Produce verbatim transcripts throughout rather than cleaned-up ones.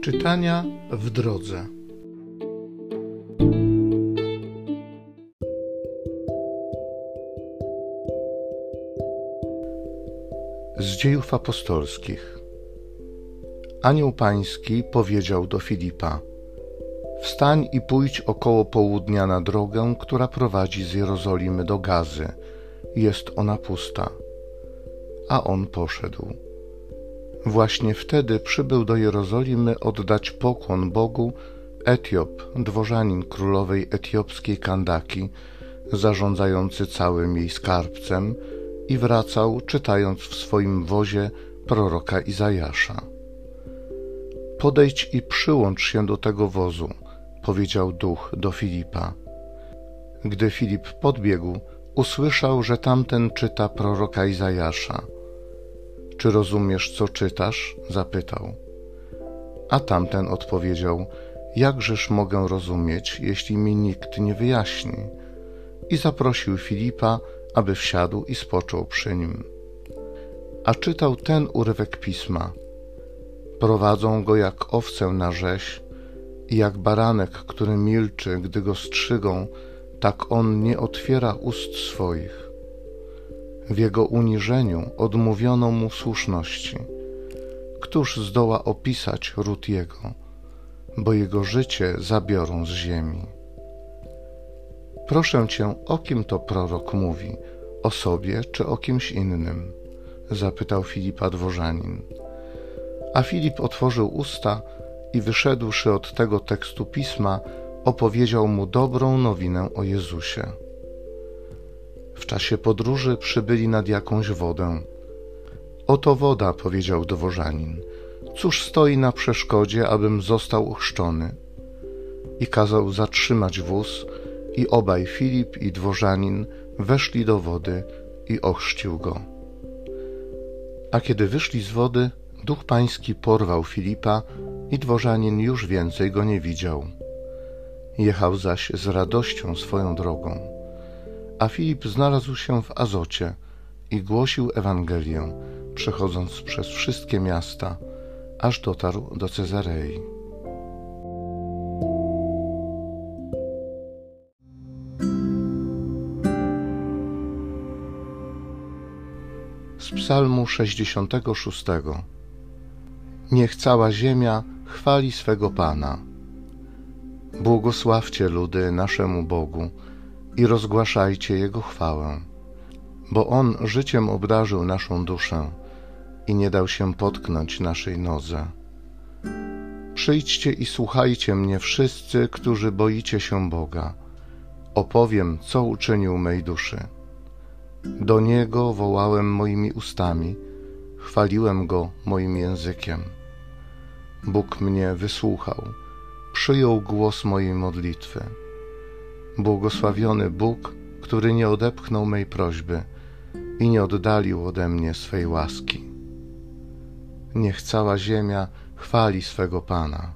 Czytania w drodze. Z Dziejów Apostolskich. Anioł Pański powiedział do Filipa: wstań i pójdź około południa na drogę, która prowadzi z Jerozolimy do Gazy. Jest ona pusta. A on poszedł. Właśnie wtedy przybył do Jerozolimy oddać pokłon Bogu Etiop, dworzanin królowej etiopskiej Kandaki, zarządzający całym jej skarbcem, i wracał, czytając w swoim wozie proroka Izajasza. Podejdź i przyłącz się do tego wozu, powiedział duch do Filipa. Gdy Filip podbiegł, usłyszał, że tamten czyta proroka Izajasza. Czy rozumiesz, co czytasz? Zapytał. A tamten odpowiedział: jakżeż mogę rozumieć, jeśli mi nikt nie wyjaśni? I zaprosił Filipa, aby wsiadł i spoczął przy nim. A czytał ten urywek pisma: prowadzą go jak owcę na rzeź i jak baranek, który milczy, gdy go strzygą, tak on nie otwiera ust swoich. W jego uniżeniu odmówiono mu słuszności. Któż zdoła opisać ród jego, bo jego życie zabiorą z ziemi. Proszę cię, o kim to prorok mówi, o sobie czy o kimś innym? Zapytał Filipa dworzanin. A Filip otworzył usta i wyszedłszy od tego tekstu pisma, opowiedział mu dobrą nowinę o Jezusie. W czasie podróży przybyli nad jakąś wodę. Oto woda, powiedział dworzanin. Cóż stoi na przeszkodzie, abym został ochrzczony? I kazał zatrzymać wóz, i obaj, Filip i dworzanin, weszli do wody i ochrzcił go. A kiedy wyszli z wody, duch pański porwał Filipa i dworzanin już więcej go nie widział. Jechał zaś z radością swoją drogą. A Filip znalazł się w Azocie i głosił Ewangelię, przechodząc przez wszystkie miasta, aż dotarł do Cezarei. Z Psalmu sześćdziesiątego szóstego. Niech cała ziemia chwali swego Pana. Błogosławcie ludy naszemu Bogu i rozgłaszajcie Jego chwałę, bo On życiem obdarzył naszą duszę i nie dał się potknąć naszej nodze. Przyjdźcie i słuchajcie mnie wszyscy, którzy boicie się Boga. Opowiem, co uczynił mej duszy. Do Niego wołałem moimi ustami, chwaliłem Go moim językiem. Bóg mnie wysłuchał, przyjął głos mojej modlitwy. Błogosławiony Bóg, który nie odepchnął mej prośby i nie oddalił ode mnie swej łaski. Niech cała ziemia chwali swego Pana.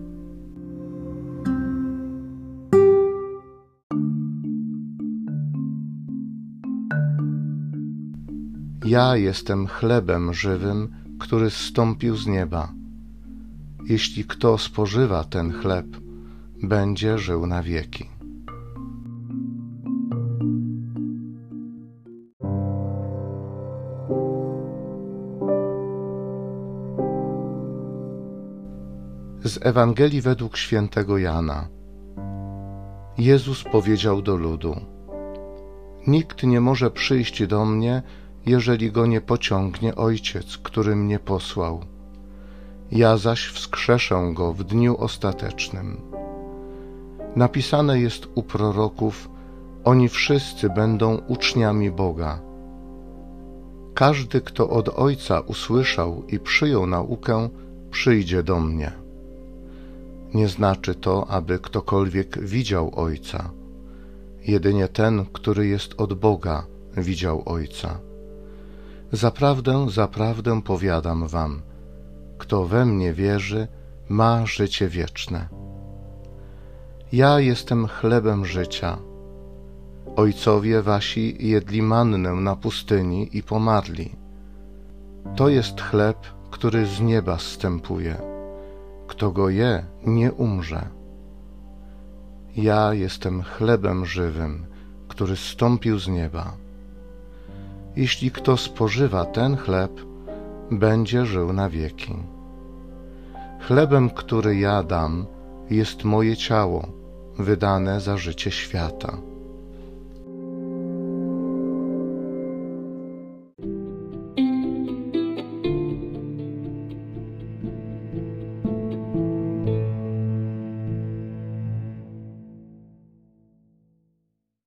Ja jestem chlebem żywym, który zstąpił z nieba. Jeśli kto spożywa ten chleb, będzie żył na wieki. Z Ewangelii według świętego Jana. Jezus powiedział do ludu: nikt nie może przyjść do mnie, jeżeli go nie pociągnie Ojciec, który mnie posłał. Ja zaś wskrzeszę go w dniu ostatecznym. Napisane jest u proroków: oni wszyscy będą uczniami Boga. Każdy, kto od Ojca usłyszał i przyjął naukę, przyjdzie do mnie. Nie znaczy to, aby ktokolwiek widział Ojca. Jedynie ten, który jest od Boga, widział Ojca. Zaprawdę, zaprawdę powiadam wam, kto we mnie wierzy, ma życie wieczne. Ja jestem chlebem życia. Ojcowie wasi jedli mannę na pustyni i pomarli. To jest chleb, który z nieba zstępuje, kto go je, nie umrze. Ja jestem chlebem żywym, który zstąpił z nieba. Jeśli kto spożywa ten chleb, będzie żył na wieki. Chlebem, który ja dam, jest moje ciało, wydane za życie świata.